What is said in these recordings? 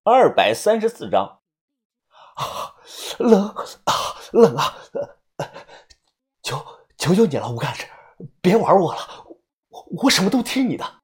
234章。 冷啊！求求你了，吴干事，别玩我了，我什么都听你的。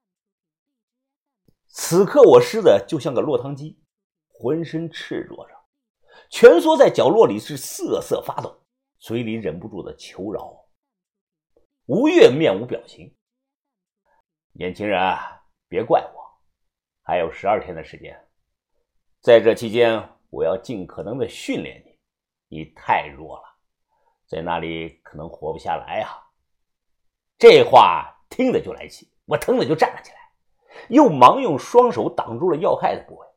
此刻我湿的就像个落汤鸡，浑身赤裸着，蜷缩在角落里是瑟瑟发抖，嘴里忍不住的求饶。吴越面无表情。年轻人，别怪我，还有12天的时间，在这期间我要尽可能的训练你，你太弱了，在那里可能活不下来啊。这话听着就来气，我腾的就站了起来，又忙用双手挡住了要害的部位。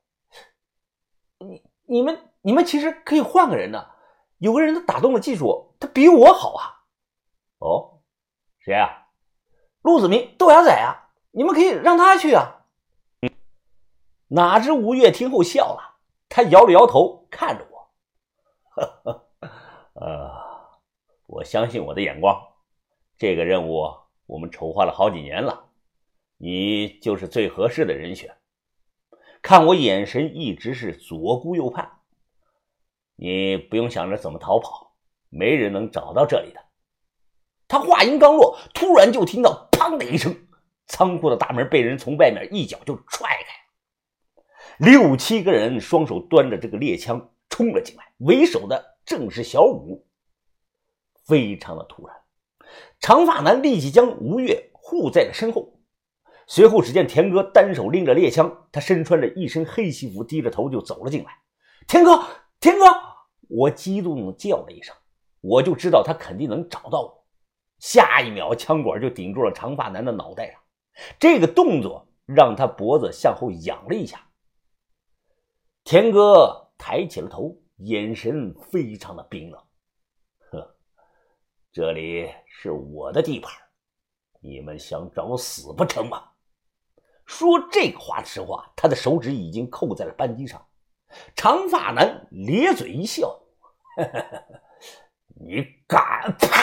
你们其实可以换个人的，有个人的打洞的技术他比我好啊。哦，谁啊？陆子明，豆芽仔啊，你们可以让他去啊。哪知吴越听后笑了，他摇了摇头看着我。我相信我的眼光，这个任务我们筹划了好几年了，你就是最合适的人选。看我眼神一直是左顾右盼，你不用想着怎么逃跑，没人能找到这里的。他话音刚落，突然就听到砰的一声，仓库的大门被人从外面一脚就踹开，6、7个人双手端着这个猎枪冲了进来，为首的正是小武。非常的突然，长发男立即将吴越护在了身后。随后只见田哥单手拎着猎枪，他身穿着一身黑西服，低着头就走了进来。田哥，田哥！我激动的叫了一声，我就知道他肯定能找到我。下一秒枪管就顶住了长发男的脑袋上，这个动作让他脖子向后仰了一下。田哥抬起了头，眼神非常的冰冷。这里是我的地盘，你们想找死不成吗？说这个话时话，他的手指已经扣在了扳机上。长发男咧嘴一笑，你敢！啪！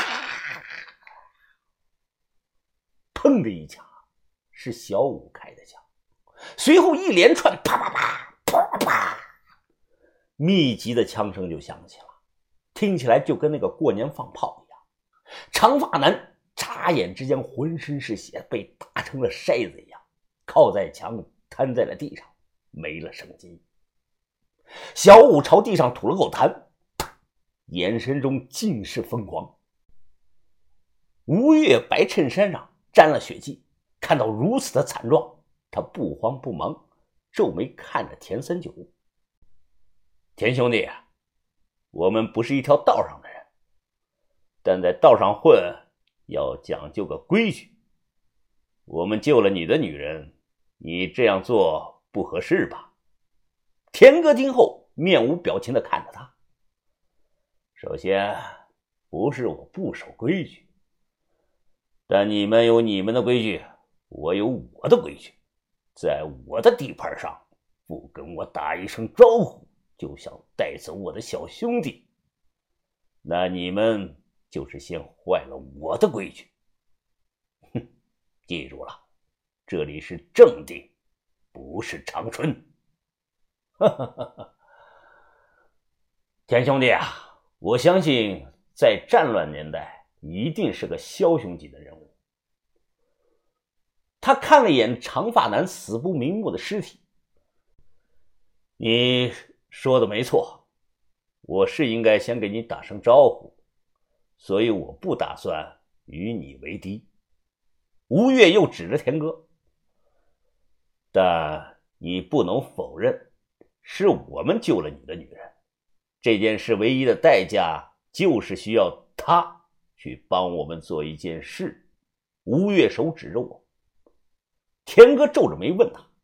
砰的一枪，是小武开的枪，随后一连串啪啪啪啪啪，密集的枪声就响起了，听起来就跟那个过年放炮一样。长发男眨眼之间浑身是血，被打成了筛子一样，靠在墙瘫在了地上，没了生机。小武朝地上吐了口痰，眼神中尽是疯狂。吴越白衬衫上沾了血迹，看到如此的惨状，他不慌不忙，皱眉看着田三九。田兄弟，我们不是一条道上的人，但在道上混要讲究个规矩。我们救了你的女人，你这样做不合适吧？田哥听后面无表情地看着他。首先，不是我不守规矩，但你们有你们的规矩，我有我的规矩。在我的地盘上，不跟我打一声招呼，就想带走我的小兄弟，那你们就是先坏了我的规矩。哼，记住了，这里是正定，不是长春。田兄弟啊，我相信在战乱年代一定是个枭雄级的人物。他看了一眼长发男死不瞑目的尸体。你说的没错，我是应该先给你打声招呼，所以我不打算与你为敌。吴越又指着田哥，但你不能否认，是我们救了你的女人，这件事唯一的代价就是需要他去帮我们做一件事。吴越手指着我。田哥皱着眉问他，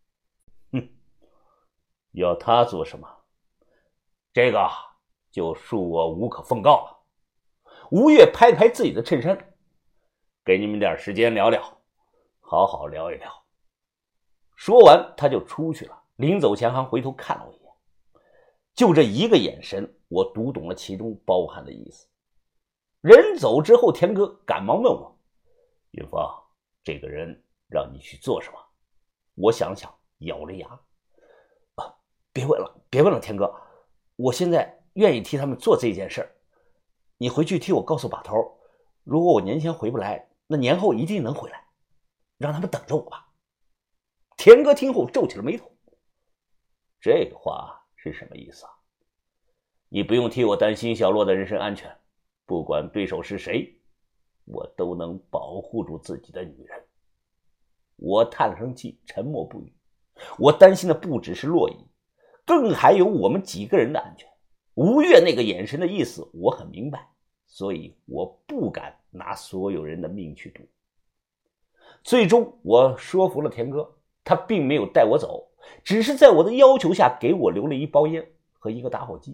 要他做什么？这个就恕我无可奉告了。吴越拍拍自己的衬衫，给你们点时间聊聊，好好聊一聊。说完他就出去了，临走前还回头看了我一眼。就这一个眼神，我读懂了其中包含的意思。人走之后，田哥赶忙问我，云峰，这个人让你去做什么？我想想，咬了牙， 别问了，别问了，田哥，我现在愿意替他们做这件事儿。你回去替我告诉把头，如果我年前回不来，那年后一定能回来，让他们等着我吧。田哥听后皱起了眉头，这话是什么意思啊？你不用替我担心小洛的人身安全，不管对手是谁，我都能保护住自己的女人。我叹了声气，沉默不语。我担心的不只是洛伊，更还有我们几个人的安全。吴越那个眼神的意思我很明白，所以我不敢拿所有人的命去赌。最终我说服了田哥，他并没有带我走，只是在我的要求下给我留了一包烟和一个打火机。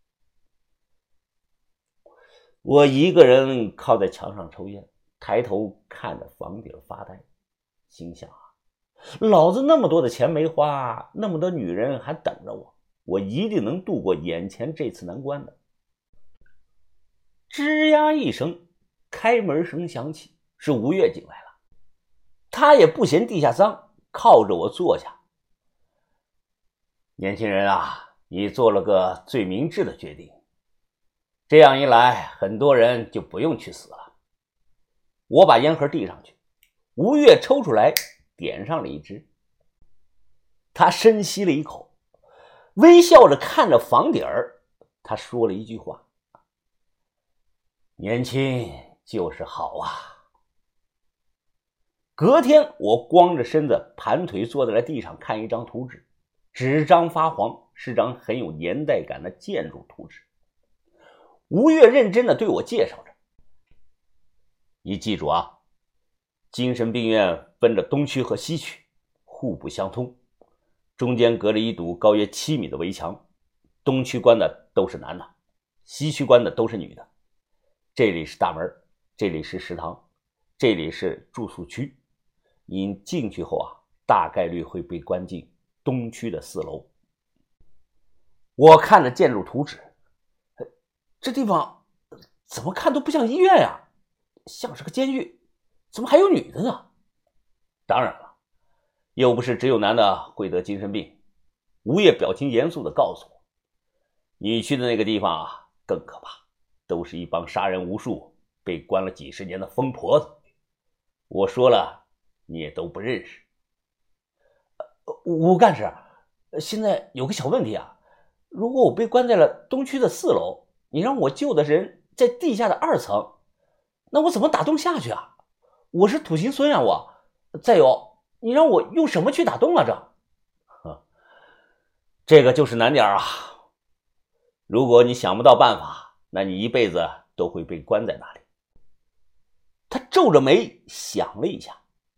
我一个人靠在墙上抽烟，抬头看着房顶发呆，心想啊，老子那么多的钱没花，那么多女人还等着我，我一定能度过眼前这次难关的。吱呀一声，开门声响起，是吴越进来了。他也不嫌地下脏，靠着我坐下。年轻人啊，你做了个最明智的决定，这样一来，很多人就不用去死了。我把烟盒递上去，吴越抽出来，点上了一支。他深吸了一口，微笑着看着房顶儿，他说了一句话：年轻就是好啊。隔天我光着身子盘腿坐在了地上看一张图纸，纸张发黄，是张很有年代感的建筑图纸。吴越认真地对我介绍着，你记住啊，精神病院分着东区和西区，互不相通，中间隔着一堵高约7米的围墙，东区关的都是男的，西区关的都是女的。这里是大门，这里是食堂，这里是住宿区。你进去后啊，大概率会被关进东区的4楼。我看着建筑图纸，这地方怎么看都不像医院呀，像是个监狱，怎么还有女的呢？当然了，又不是只有男的会得精神病。吴越表情严肃地告诉我，你去的那个地方啊更可怕，都是一帮杀人无数被关了几十年的疯婆子。我说了你也都不认识。吴干事，现在有个小问题啊，如果我被关在了东区的4楼，你让我救的人在地下的2层，那我怎么打洞下去啊？我是土行孙啊我。再有，你让我用什么去打洞啊这个就是难点啊。如果你想不到办法，那你一辈子都会被关在那里。他皱着眉想了一下，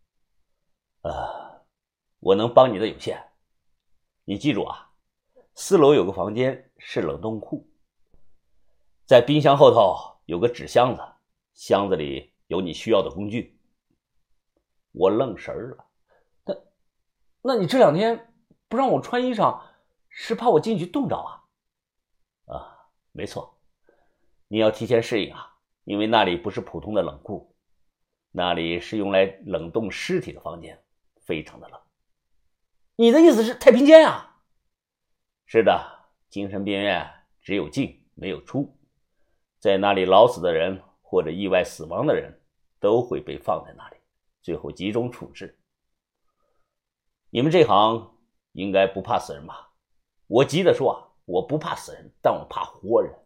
我能帮你的有限。你记住啊，4楼有个房间是冷冻库，在冰箱后头有个纸箱子，箱子里有你需要的工具。我愣神了，那你这2天不让我穿衣裳，是怕我进去冻着啊？没错，你要提前适应啊，因为那里不是普通的冷库，那里是用来冷冻尸体的房间，非常的冷。你的意思是太平间啊？是的，精神病院只有进没有出，在那里老死的人或者意外死亡的人都会被放在那里，最后集中处置。你们这行应该不怕死人吧？我急地说啊，我不怕死人，但我怕活人。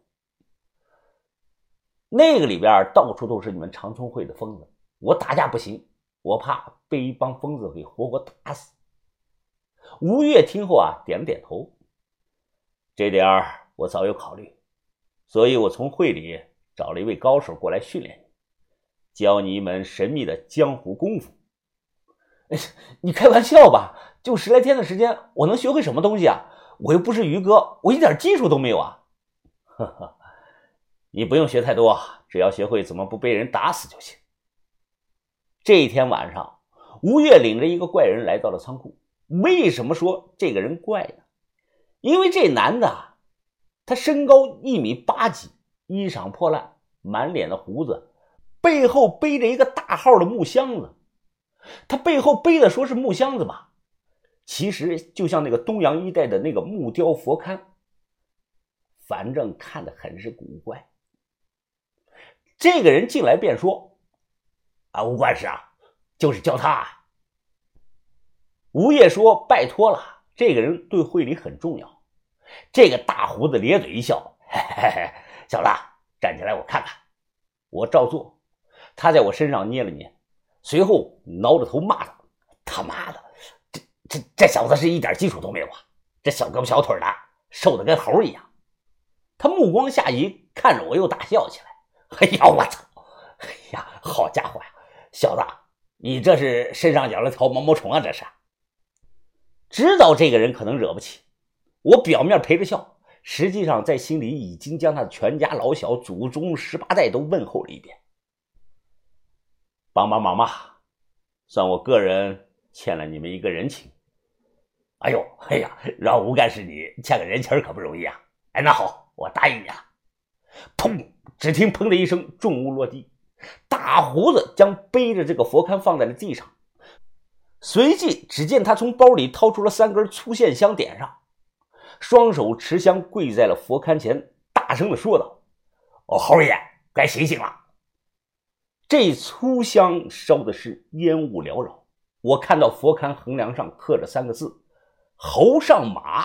那个里边到处都是你们长春会的疯子，我打架不行，我怕被一帮疯子给活活打死。吴越听后啊，点了点头。这点我早有考虑，所以我从会里找了一位高手过来训练你，教你一门神秘的江湖功夫。你开玩笑吧？就10来天的时间，我能学会什么东西啊？我又不是于哥，我一点技术都没有啊。呵呵，你不用学太多，只要学会怎么不被人打死就行。这一天晚上，吴越领着一个怪人来到了仓库。为什么说这个人怪呢？因为这男的他身高1.8米，衣裳破烂，满脸的胡子，背后背着一个大号的木箱子。他背后背的说是木箱子吧， 其实就像那个东洋一带的那个木雕佛龛，反正看得很是古怪。这个人进来便说：“啊，吴管事啊，就是叫他啊。”吴越说：“拜托了，这个人对会里很重要。”这个大胡子咧嘴一笑：“嘿嘿嘿，小子，站起来我看看。”我照做，他在我身上捏了捏，随后挠着头骂道：“他妈的，这小子是一点基础都没有啊！这小胳膊小腿的，瘦得跟猴一样。”他目光下移，看着我又大笑起来：“哎呀，我操！哎呀，好家伙呀，小子，你这是身上养了条毛毛虫啊？这是！”知道这个人可能惹不起，我表面陪着笑，实际上在心里已经将他全家老小、祖宗18代都问候了一遍。帮帮忙吧，算我个人欠了你们一个人情。哎呦，哎呀，让吴干事你欠个人情可不容易啊！哎，那好，我答应你了。砰！只听砰的一声，重物落地，大胡子将背着这个佛龛放在了地上。随即只见他从包里掏出了3根粗线香，点上，双手持香跪在了佛龛前，大声地说道：“哦，猴爷，该醒醒了。”这粗香烧的是烟雾缭绕，我看到佛龛横梁上刻着3个字：“侯上马。”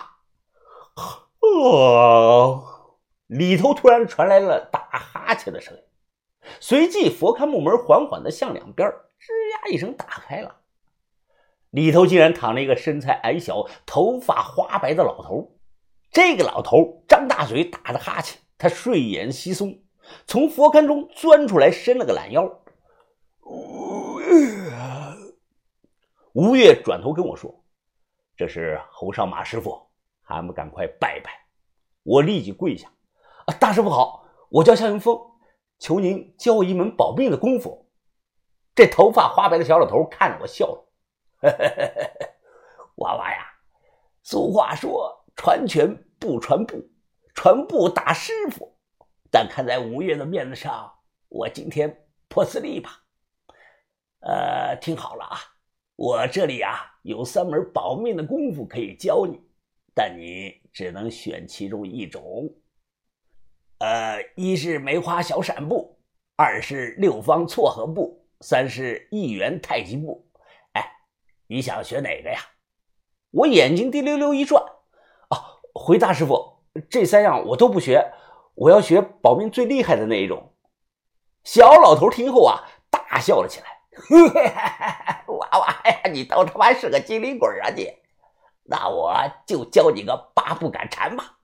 里头突然传来了打哈欠的声音，随即佛龛木门缓缓地向两边吱呀一声打开了。里头竟然躺着一个身材矮小、头发花白的老头。这个老头张大嘴打着哈欠，他睡眼惺忪，从佛龛中钻出来，伸了个懒腰。吴越转头跟我说：“这是侯上马师傅，还不赶快拜拜。”我立即跪下：“大师傅好，我叫夏云峰，求您教我一门保命的功夫。”这头发花白的小老头看着我笑了：“娃娃呀，俗话说传拳不传步，传步打师傅。但看在吴越的面子上，我今天破私力吧。听好了啊，我这里啊有3门保命的功夫可以教你，但你只能选其中一种。一是梅花小闪步，2是6方撮合步，3是一元太极步。你想学哪个呀？”我眼睛滴溜溜一转，回大师傅，这3样我都不学，我要学保命最厉害的那一种。小老头听后啊，大笑了起来：“娃娃呀，你都他妈是个机灵鬼啊你！那我就教你个8步赶蝉吧。”